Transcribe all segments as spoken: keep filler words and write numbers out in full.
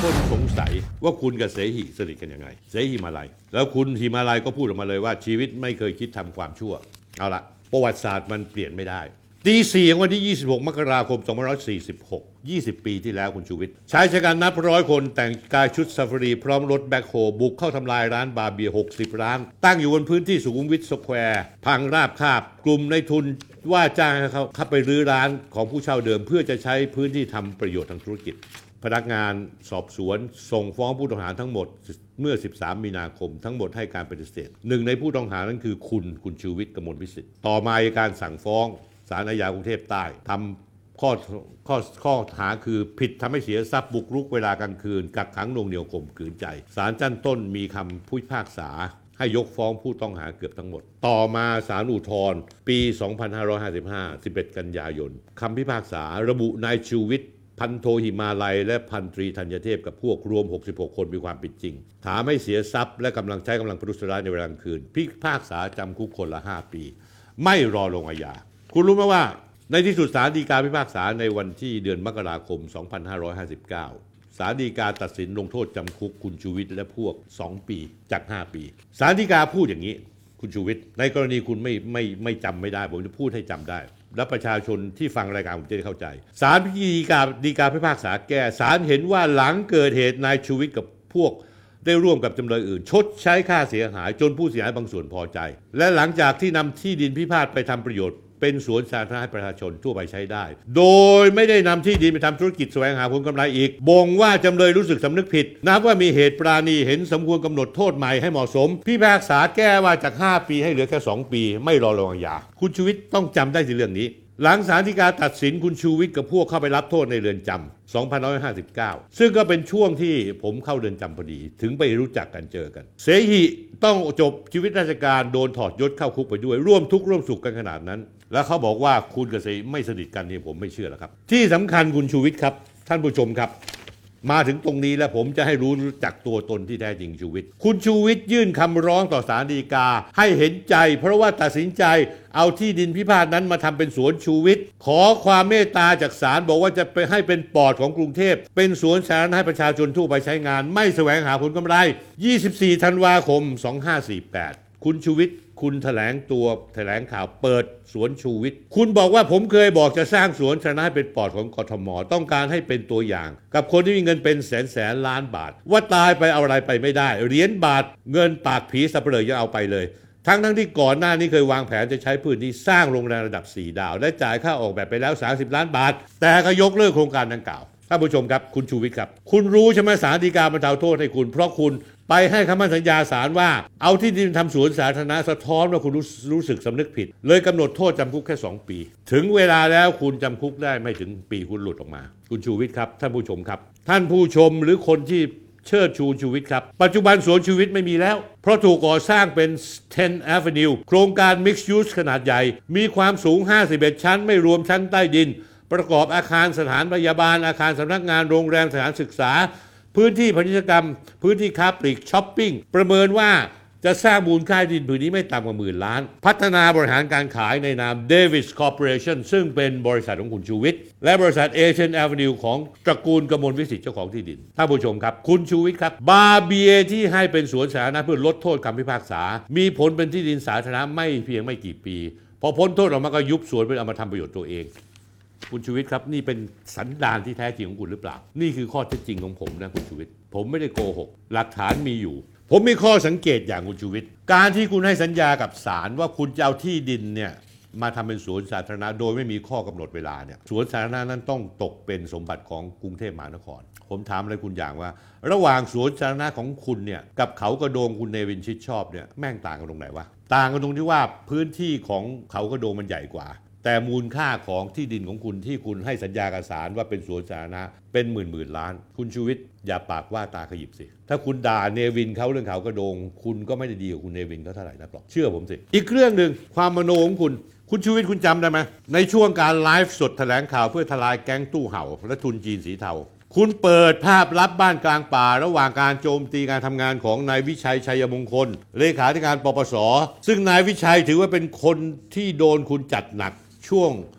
คนสงสัยว่าคุณกับเสหิสนิทกันยังไงเสหิมาลัยแล้วคุณหิมาลัยก็พูดออกมาเลยว่าชีวิตไม่เคยคิดทำความชั่วเอาละประวัติศาสตร์มันเปลี่ยนไม่ได้ตีสี่ของวันที่ยี่สิบหกมกราคมสองพันห้าร้อยสี่สิบหก ยี่สิบปีที่แล้วคุณชูวิทย์ชายชะกันนับร้อยคนแต่งกายชุดซาฟารีพร้อมรถแบ็คโฮบุกเข้าทำลายร้านบาร์เบียร์หกสิบร้านตั้งอยู่บนพื้นที่สุขุมวิทสแควร์พังราบคาบกลุ่มในทุนว่าจ้างให้เขาเข้าไปรื้อร้านของผู้เช่าเดิมเพื่อจะใช้พื้นที่ทำประโยชน์ทางธุรกิจพนักงานสอบสวนส่งฟ้องผู้ต้องหาทั้งหมดเมื่อสิบสามมีนาคมทั้งหมดให้การปฏิเสธหนึ่งในผู้ต้องหานั้นคือคุณคุณชูวิทย์กมลวิสิทธิ์ต่อมาอัยการสั่งฟ้องศาลอาญากรุงเทพใต้ทำข้อข้อข้อหาคือผิดทำให้เสียทรัพย์บุกรุกเวลากลางคืนกักขังหน่วงเหนี่ยวข่มขืนใจศาลชั้นต้นมีคำผู้พิพากษาให้ยกฟ้องผู้ต้องหาเกือบทั้งหมดต่อมาศาลอุทธรณ์ปีสองพันห้าร้อยห้าสิบห้า สิบเอ็ดกันยายนคำพิพากษาระบุนายชูวิทย์พันโทหิมาลัยและพันตรีธัญเทพกับพวกรวมหกสิบหกคนมีความผิดจริงถามให้เสียทรัพย์และกำลังใช้กำลังประทุษร้ายในเวลากลางคืนพิพากษาจำคุกคนละห้าปีไม่รอลงอาญาคุณรู้ไหมว่าในที่สุดศาลฎีกาพิพากษาในวันที่เดือนมกราคมสองพันห้าร้อยห้าสิบเก้าศาลฎีกาตัดสินลงโทษจำคุกคุณชูวิทย์และพวกสองปีจากห้าปีศาลฎีกาพูดอย่างนี้คุณชูวิทย์ในกรณีคุณไม่ไม่ไม่จำไม่ได้ผมจะพูดให้จำได้และประชาชนที่ฟังรายการผมจะได้เข้าใจศาลฎีกาฎีกาพิพากษาแก้ศาลเห็นว่าหลังเกิดเหตุนายชูวิทย์กับพวกได้ร่วมกับจำเลยอื่นชดใช้ค่าเสียหายจนผู้เสียหายบางส่วนพอใจและหลังจากที่นำที่ดินพิพาทไปทำประโยชน์เป็นสวนสาธารณะให้ประชาชนทั่วไปใช้ได้โดยไม่ได้นำที่ดินไปทำธุรกิจแสวงหาผลกำไรอีกบ่งว่าจำเลยรู้สึกสำนึกผิดนับว่ามีเหตุปราณีเห็นสมควรกำหนดโทษใหม่ให้เหมาะสมพิพากษาแก้ว่าจากห้าปีให้เหลือแค่สองปีไม่รอลงอาญาคุณชูวิทย์ต้องจำได้ในเรื่องนี้หลังศาลฎีกาตัดสินคุณชูวิทย์กับพวกเข้าไปรับโทษในเรือนจำสองพันห้าร้อยห้าสิบเก้าซึ่งก็เป็นช่วงที่ผมเข้าเรือนจำพอดีถึงไปรู้จักกันเจอกันเสหิต้องจบชีวิตราชการโดนถอดยศเข้าคุกไปด้วยร่วมทุกข์ร่วมสุขกันขนาดนั้นแล้วเขาบอกว่าคุณกับเสหิไม่สนิทกันนี่ผมไม่เชื่อแล้วครับที่สำคัญคุณชูวิทย์ครับท่านผู้ชมครับมาถึงตรงนี้แล้วผมจะให้รู้จักตัวตนที่แท้จริงชูวิทย์คุณชูวิทย์ยื่นคำร้องต่อศาลฎีกาให้เห็นใจเพราะว่าตัดสินใจเอาที่ดินพิพาทนั้นมาทำเป็นสวนชูวิทย์ขอความเมตตาจากศาลบอกว่าจะไปให้เป็นปอดของกรุงเทพเป็นสวนสาธารณะให้ประชาชนทั่วไปใช้งานไม่แสวงหาผลกำไรยี่สิบสี่ธันวาคมสองพันห้าร้อยสี่สิบแปดคุณชูวิทย์คุณแถลงตัวแถลงข่าวเปิดสวนชูวิทย์คุณบอกว่าผมเคยบอกจะสร้างสวนสาธารณะเป็นปอดของกทมต้องการให้เป็นตัวอย่างกับคนที่มีเงินเป็นแสนแสนล้านบาทว่าตายไปเอาอะไรไปไม่ได้เหรียญบาทเงินปากผีสับเปลือยจะเอาไปเลยทั้งทั้งที่ก่อนหน้านี้เคยวางแผนจะใช้พื้นที่สร้างโรงแรมระดับสี่ดาวและจ่ายค่าออกแบบไปแล้วสามสิบล้านบาทแต่ก็ยกเลิกโครงการดังกล่าวท่านผู้ชมครับคุณชูวิทย์ครับคุณรู้ใช่ไหมศาลฎีกาบรรเทาโทษให้คุณเพราะคุณไปให้คำมั่นสัญญาศาลว่าเอาที่ดินทำสวนสาธารณะสะท้อนว่าคุณรู้รู้สึกสำนึกผิดเลยกำหนดโทษจำคุกแค่สองปีถึงเวลาแล้วคุณจำคุกได้ไม่ถึงปีคุณหลุดออกมาคุณชูวิทย์ครับท่านผู้ชมครับท่านผู้ชมหรือคนที่เชิดชูชูวิทย์ครับปัจจุบันสวนชูวิทย์ไม่มีแล้วเพราะถูกก่อสร้างเป็น tenth Avenue โครงการ Mixed Use ขนาดใหญ่มีความสูงห้าสิบเอ็ดชั้นไม่รวมชั้นใต้ดินประกอบอาคารสถานพยาบาลอาคารสำนักงานโรงแรมสถานศึกษาพื้นที่พาณิชยกรรมพื้นที่ค้าปลีกช้อปปิ้งประเมินว่าจะสร้างมูลค่าดินผืนนี้ไม่ต่ำกว่าหมื่นล้านพัฒนาบริหารการขายในนาม Davis Corporation ซึ่งเป็นบริษัทของคุณชูวิทย์และบริษัท Asian Avenue ของตระกูลกมลวิสิทธิ์เจ้าของที่ดินท่านผู้ชมครับคุณชูวิทย์ครับบาร์เบียที่ให้เป็นสวนสาธารณะเพื่อลดโทษคำพิพากษามีผลเป็นที่ดินสาธารณะไม่เพียงไม่กี่ปีพอพ้นโทษออกมาก็ยุบสวนไปเอามาทำประโยชน์ตัวเองคุณชูวิทย์ครับนี่เป็นสันดานที่แท้จริงของคุณหรือเปล่านี่คือข้อเท็จจริงของผมนะคุณชูวิทย์ผมไม่ได้โกหกหลักฐานมีอยู่ผมมีข้อสังเกตอย่างคุณชูวิทย์การที่คุณให้สัญญากับศาลว่าคุณจะเอาที่ดินเนี่ยมาทำเป็นสวนสาธารณะโดยไม่มีข้อกำหนดเวลาเนี่ยสวนสาธารณะนั้นต้องตกเป็นสมบัติของกรุงเทพมหานครผมถามอะไรคุณอย่างว่าระหว่างสวนสาธารณะของคุณเนี่ยกับเขากระโดงคุณเนวินชิดชอบเนี่ยแม่งต่างกันตรงไหนวะต่างกันตรงที่ว่าพื้นที่ของเขากระโดงมันใหญ่กว่าแต่มูลค่าของที่ดินของคุณที่คุณให้สัญญากับศาลว่าเป็นสวนสาธารณะเป็นหมื่นหมื่นล้านคุณชูวิทย์อย่าปากว่าตาขยิบสิถ้าคุณด่าเนวินเขาเรื่องเขากระโดงคุณก็ไม่ได้ดีกว่าคุณเนวินเขาเท่าไหร่นักหรอกเชื่อผมสิอีกเรื่องหนึ่งความมโนของคุณคุณชูวิทย์คุณจำได้ไหมในช่วงการไลฟ์สดแถลงข่าวเพื่อทลายแก๊งตู้เห่าและทุนจีนสีเทาคุณเปิดภาพลับบ้านกลางป่าระหว่างการโจมตีการทำงานของนายวิชัยชัยมงคลเลขาธิการปปสซึ่งนายวิชัยถือว่าเป็นคนที่โดนคุณจัดหนักช่วง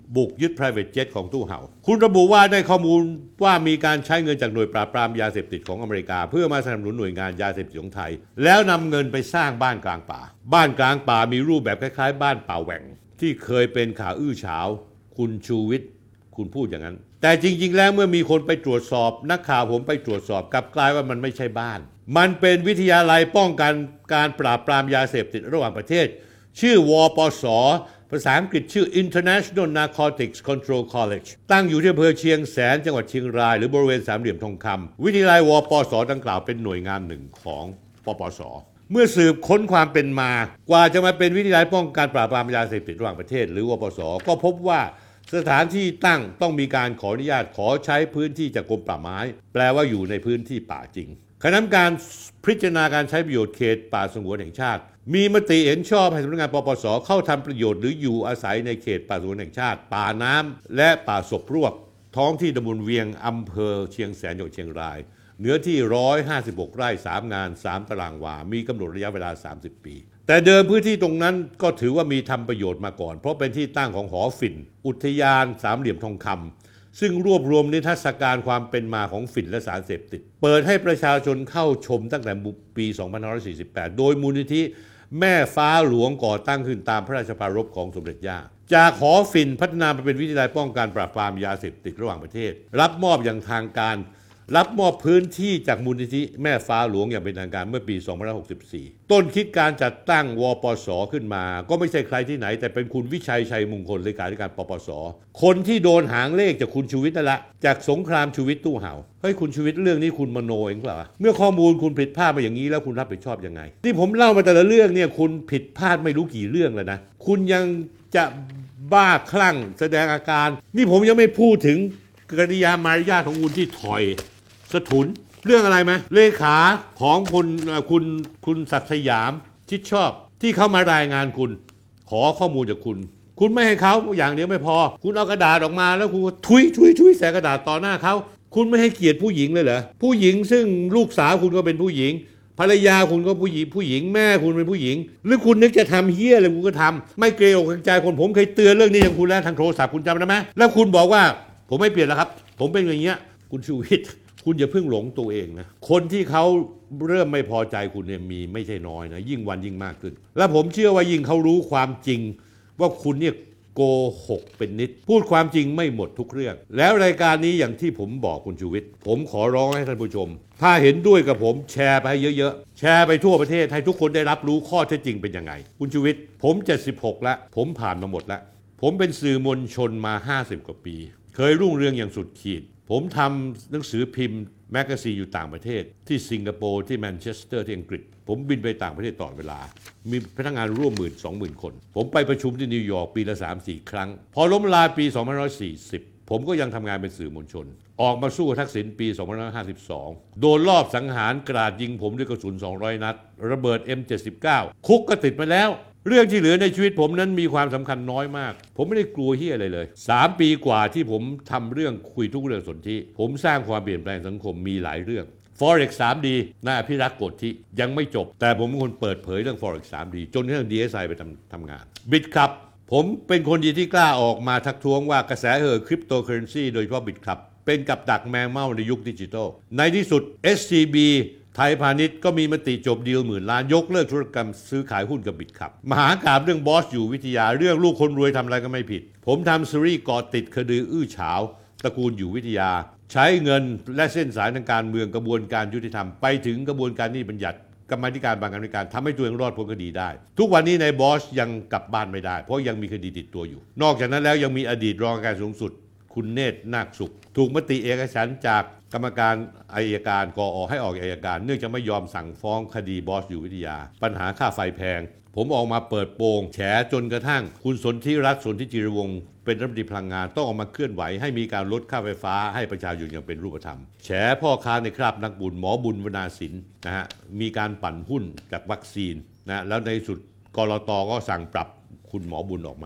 บุกยึด private jet ของตู้เห่าคุณระบุว่าได้ข้อมูลว่ามีการใช้เงินจากหน่วยปราบปรามยาเสพติดของอเมริกาเพื่อมาสนับสนุนหน่วยงานยาเสพติดของไทยแล้วนำเงินไปสร้างบ้านกลางป่าบ้านกลางป่ามีรูปแบบคล้ายๆบ้านป่าแหว่งที่เคยเป็นข่าวอื้อฉาวคุณชูวิทย์คุณพูดอย่างนั้นแต่จริงๆแล้วเมื่อมีคนไปตรวจสอบนักข่าวผมไปตรวจสอบกลับกลายว่ามันไม่ใช่บ้านมันเป็นวิทยาลัยป้องกันการปราบปรามยาเสพติดระหว่างประเทศชื่อวปสภาษาอังกฤษชื่อ International Narcotics Control College ตั้งอยู่ที่อำเภอเชียงแสนจังหวัดเชียงรายหรือบริเวณสามเหลี่ยมทองคำวิทยาลัยวปสดังกล่าวเป็นหน่วยงานหนึ่งของปปสเมื่อสืบค้นความเป็นมากว่าจะมาเป็นวิทยาลัยป้องกันปราบปรามยาเสพติดระหว่างประเทศหรือวปสก็พบว่าสถานที่ตั้งต้องมีการขออนุญาตขอใช้พื้นที่จากกรมป่าไม้แปลว่าอยู่ในพื้นที่ป่าจริงคณะกรรมการพิจารณาการใช้ประโยชน์เขตป่าสงวนแห่งชาติมีมติเห็นชอบให้สำนักงานปปสเข้าทำประโยชน์หรืออยู่อาศัยในเขตป่าสงวนแห่งชาติป่าน้ำและป่าศพรวกท้องที่ตำบลเวียงอำเภอเชียงแสนจังหวัดเชียงรายเนื้อที่หนึ่งร้อยห้าสิบหกไร่สามงานสามตารางวามีกำหนดระยะเวลาสามสิบปีแต่เดิมพื้นที่ตรงนั้นก็ถือว่ามีทำประโยชน์มาก่อนเพราะเป็นที่ตั้งของหอฝิ่นอุทยานสามเหลี่ยมทองคำซึ่งรวบรวมนิทรรศการความเป็นมาของฝิ่นและสารเสพติดเปิดให้ประชาชนเข้าชมตั้งแต่ปีสองพันห้าร้อยสี่สิบแปดโดยมูลนิธิแม่ฟ้าหลวงก่อตั้งขึ้นตามพระราชปรารภของสมเด็จย่าจากหอฝิ่นพัฒนามาเป็นวิทยาลัยป้องกันปราบปรามยาเสพติดระหว่างประเทศรับมอบอย่างทางการรับมอบพื้นที่จากมูลนิธิแม่ฟ้าหลวงอย่างเป็นทางการเมื่อปีสองพันห้าร้อยหกสิบสี่ต้นคิดการจัดตั้งวปสขึ้นมาก็ไม่ใช่ใครที่ไหนแต่เป็นคุณวิชัยชัยมงคลเลขาธิการปปสคนที่โดนหางเลขจากคุณชูวิทย์นั่นแหละจากสงครามชูวิทย์ตู้เห่าเฮ้ยคุณชูวิทย์เรื่องนี้คุณมโนเองเปล่าเมื่อข้อมูลคุณผิดพลาดมาอย่างนี้แล้วคุณรับผิดชอบยังไงที่ผมเล่ามาแต่ละเรื่องเนี่ยคุณผิดพลาดไม่รู้กี่เรื่องแล้วนะคุณยังจะบ้าคลั่งแสดงอาการนี่ผมยังไม่พูดถึงกริยามารยาทของคุณที่ถอยสะทุนเรื่องอะไรไหมเลขาของคุณคุณคุณศักดิ์สยามชิดชอบที่เขามารายงานคุณขอข้อมูลจากคุณคุณไม่ให้เขาอย่างเดียวไม่พอคุณเอากระดาษออกมาแล้วคุณทุยทุยทุยใส่กระดาษต่อหน้าเขาคุณไม่ให้เกียรติผู้หญิงเลยเหรอผู้หญิงซึ่งลูกสาวคุณก็เป็นผู้หญิงภรรยาคุณก็ผู้หญิงผู้หญิงแม่คุณเป็นผู้หญิงหรือคุณนึกจะทำเฮี้ยอะไรคุณก็ทำไม่เกรงอกเกรงใจคนผมเคยเตือนเรื่องนี้อย่างคุณแล้วทางโทรศัพท์คุณจำได้ไหมแล้วคุณบอกว่าผมไม่เปลี่ยนแล้วครับผมเป็นอย่างเงี้ยคุณชูวิทย์คุณอย่าเพิ่งหลงตัวเองนะคนที่เขาเริ่มไม่พอใจคุณเนี่ยมีไม่ใช่น้อยนะยิ่งวันยิ่งมากขึ้นและผมเชื่อว่ายิ่งเขารู้ความจริงว่าคุณเนี่ยโกหกเป็นนิดพูดความจริงไม่หมดทุกเรื่องแล้วรายการนี้อย่างที่ผมบอกคุณชูวิทย์ผมขอร้องให้ท่านผู้ชมถ้าเห็นด้วยกับผมแชร์ไปให้เยอะๆแชร์ไปทั่วประเทศให้ทุกคนได้รับรู้ข้อเท็จจริงเป็นยังไงคุณชูวิทย์ผมเจ็ดสิบหกแล้วผมผ่านมาหมดแล้วผมเป็นสื่อมวลชนมาห้าสิบกว่าปีเคยรุ่งเรืองอย่างสุดขีดผมทำหนังสือพิมพ์แมกกาซีนอยู่ต่างประเทศที่สิงคโปร์ที่แมนเชสเตอร์ที่อังกฤษผมบินไปต่างประเทศตลอดเวลามีพนักงานร่วมหมื่นสองหมื่นคนผมไปประชุมที่นิวยอร์กปีละ สามสี่ ครั้งพอล้มลายปีสองพันห้าร้อยสี่สิบผมก็ยังทำงานเป็นสื่อมวลชนออกมาสู้ทักษิณปีสองพันห้าร้อยห้าสิบสองโดนลอบสังหารกราดยิงผมด้วยกระสุนสองร้อยนัดระเบิด เอ็ม เจ็ดสิบเก้า คุกก็ติดมาแล้วเรื่องที่เหลือในชีวิตผมนั้นมีความสำคัญน้อยมากผมไม่ได้กลัวเหี้ยอะไรเลยสามปีกว่าที่ผมทำเรื่องคุยทุกเรื่องสนธิผมสร้างความเปลี่ยนแปลงสังคมมีหลายเรื่อง Forex ทรีดี นายอภิรักษ์โกธิยังไม่จบแต่ผมเป็นคนเปิดเผยเรื่อง Forex ทรีดี จนกระทั่ง ดี เอส ไอ ไปทำทำงานบิตครับผมเป็นคนดีที่กล้าออกมาทักท้วงว่ากระแสเห่อคริปโตเคอเรนซีโดยเฉพาะบิตครับเป็นกับดักแมงเม่าในยุคดิจิทัลในที่สุด เอส ซี บี ไทยพาณิชย์ก็มีมติจบดีลหมื่นล้านยกเลิกธุรกรรมซื้อขายหุ้นกับบิตครับมหากาพย์เรื่องบอสอยู่วิทยาเรื่องลูกคนรวยทำอะไรก็ไม่ผิดผมทำซีรีส์เกาะติดคดีอื้อฉาวตระกูลอยู่วิทยาใช้เงินและเส้นสายทางการเมืองกระบวนการยุติธรรมไปถึงกระบวนการนิติบัญญัติกรรมาธิการบางการในการทำให้ตัวเองรอดพ้นคดีได้ทุกวันนี้ในบอสยังกลับบ้านไม่ได้เพราะยังมีคดีติดตัวอยู่นอกจากนั้นแล้วยังมีอดีตรองอัยการสูงสุดคุณเนตรนาคสุขถูกมติเอกฉันท์จากกรรมการอัยการกอให้ออกอัยการเนื่องจากไม่ยอมสั่งฟ้องคดีบอสอยู่วิทยาปัญหาค่าไฟแพงผมออกมาเปิดโปงแฉจนกระทั่งคุณสนธิรัตน์สนธิจิรวงศ์เป็นรัฐมนตรีพลังงานต้องออกมาเคลื่อนไหวให้มีการลดค่าไฟฟ้าให้ประชาชนอย่างเป็นรูปธรรมแฉพ่อค้าในคราบนักบุญหมอบุญวนาสินนะฮะมีการปั่นหุ้นจากวัคซีนนะแล้วในสุดกลต.ก็สั่งปรับคุณหมอบุญออกมา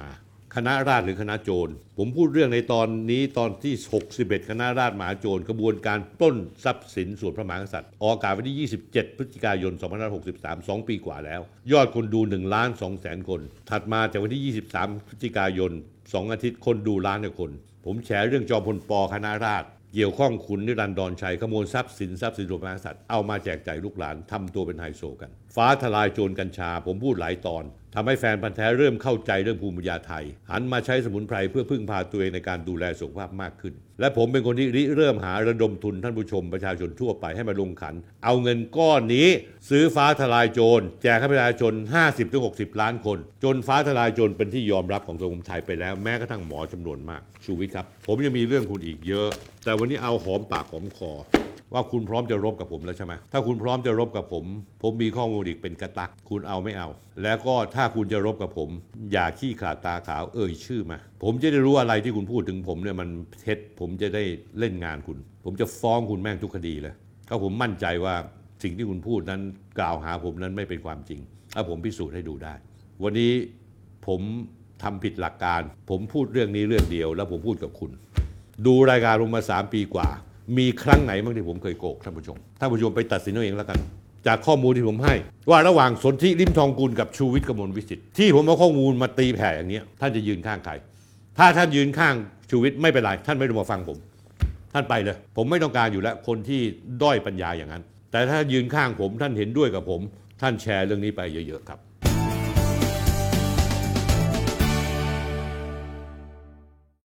คณะราษฎรหรือคณะโจรผมพูดเรื่องในตอนนี้ตอนที่หกสิบเอ็ดคณะราษฎรมหาโจรกระบวนการปล้นทรัพย์สินส่วนพระมหากษัตริย์ออกอากาศวันที่ยี่สิบเจ็ดพฤศจิกายนสองพันห้าร้อยหกสิบสาม สองปีกว่าแล้วยอดคนดูหนึ่งล้านสองแสนคนถัดมาจากวันที่ยี่สิบสามพฤศจิกายนสองอาทิตย์คนดูล้านกว่าคนผมแฉเรื่องจอมพลป.คณะราษฎรเกี่ยวข้องขุนนิรันดรชัยขโมยทรัพย์สินทรัพย์สินส่วนพระมหากษัตริย์เอามาแจกจ่ายลูกหลานทำตัวเป็นไฮโซกันฟ้าทลายโจรกัญชาผมพูดหลายตอนทำให้แฟนพันธุ์แท้เริ่มเข้าใจเรื่องภูมิปัญญาไทยหันมาใช้สมุนไพรเพื่อพึ่งพาตัวเองในการดูแลสุขภาพมากขึ้นและผมเป็นคนที่ริเริ่มหาระดมทุนท่านผู้ชมประชาชนทั่วไปให้มาลงขันเอาเงินก้อนนี้ซื้อฟ้าทลายโจรแจกให้ประชาชน ห้าสิบถึงหกสิบ ล้านคนจนฟ้าทลายโจรเป็นที่ยอมรับของสังคมไทยไปแล้วแม้กระทั่งหมอจำนวนมากชูวิทย์ครับผมยังมีเรื่องคุณอีกเยอะแต่วันนี้เอาหอมปากหอมคอว่าคุณพร้อมจะรบกับผมแล้วใช่ไหมถ้าคุณพร้อมจะรบกับผมผมมีข้อมูลอีกเป็นกระตักคุณเอาไม่เอาแล้วก็ถ้าคุณจะรบกับผมอย่าขี้ขลาดตาขาวเอ่ยชื่อมาผมจะได้รู้อะไรที่คุณพูดถึงผมเนี่ยมันเท็จผมจะได้เล่นงานคุณผมจะฟ้องคุณแม่งทุกคดีเลยก็ผมมั่นใจว่าสิ่งที่คุณพูดนั้นกล่าวหาผมนั้นไม่เป็นความจริงถ้าผมพิสูจน์ให้ดูได้วันนี้ผมทำผิดหลักการผมพูดเรื่องนี้เรื่องเดียวแล้วผมพูดกับคุณดูรายการลงมาสามปีกว่ามีครั้งไหนบ้างที่ผมเคยโกหกท่านผู้ชมท่านผู้ชมไปตัดสินเอาเองแล้วกันจากข้อมูลที่ผมให้ว่าระหว่างสนธิลิ้มทองกุลกับชูวิทย์กมลวิสิทธิ์ที่ผมเอาข้อมูลมาตีแผ่อย่างนี้ท่านจะยืนข้างใครถ้าท่านยืนข้างชูวิทย์ไม่เป็นไรท่านไม่ต้องมาฟังผมท่านไปเลยผมไม่ต้องการอยู่แล้วคนที่ด้อยปัญญาอย่างนั้นแต่ถ้ายืนข้างผมท่านเห็นด้วยกับผมท่านแชร์เรื่องนี้ไปเยอะๆครับ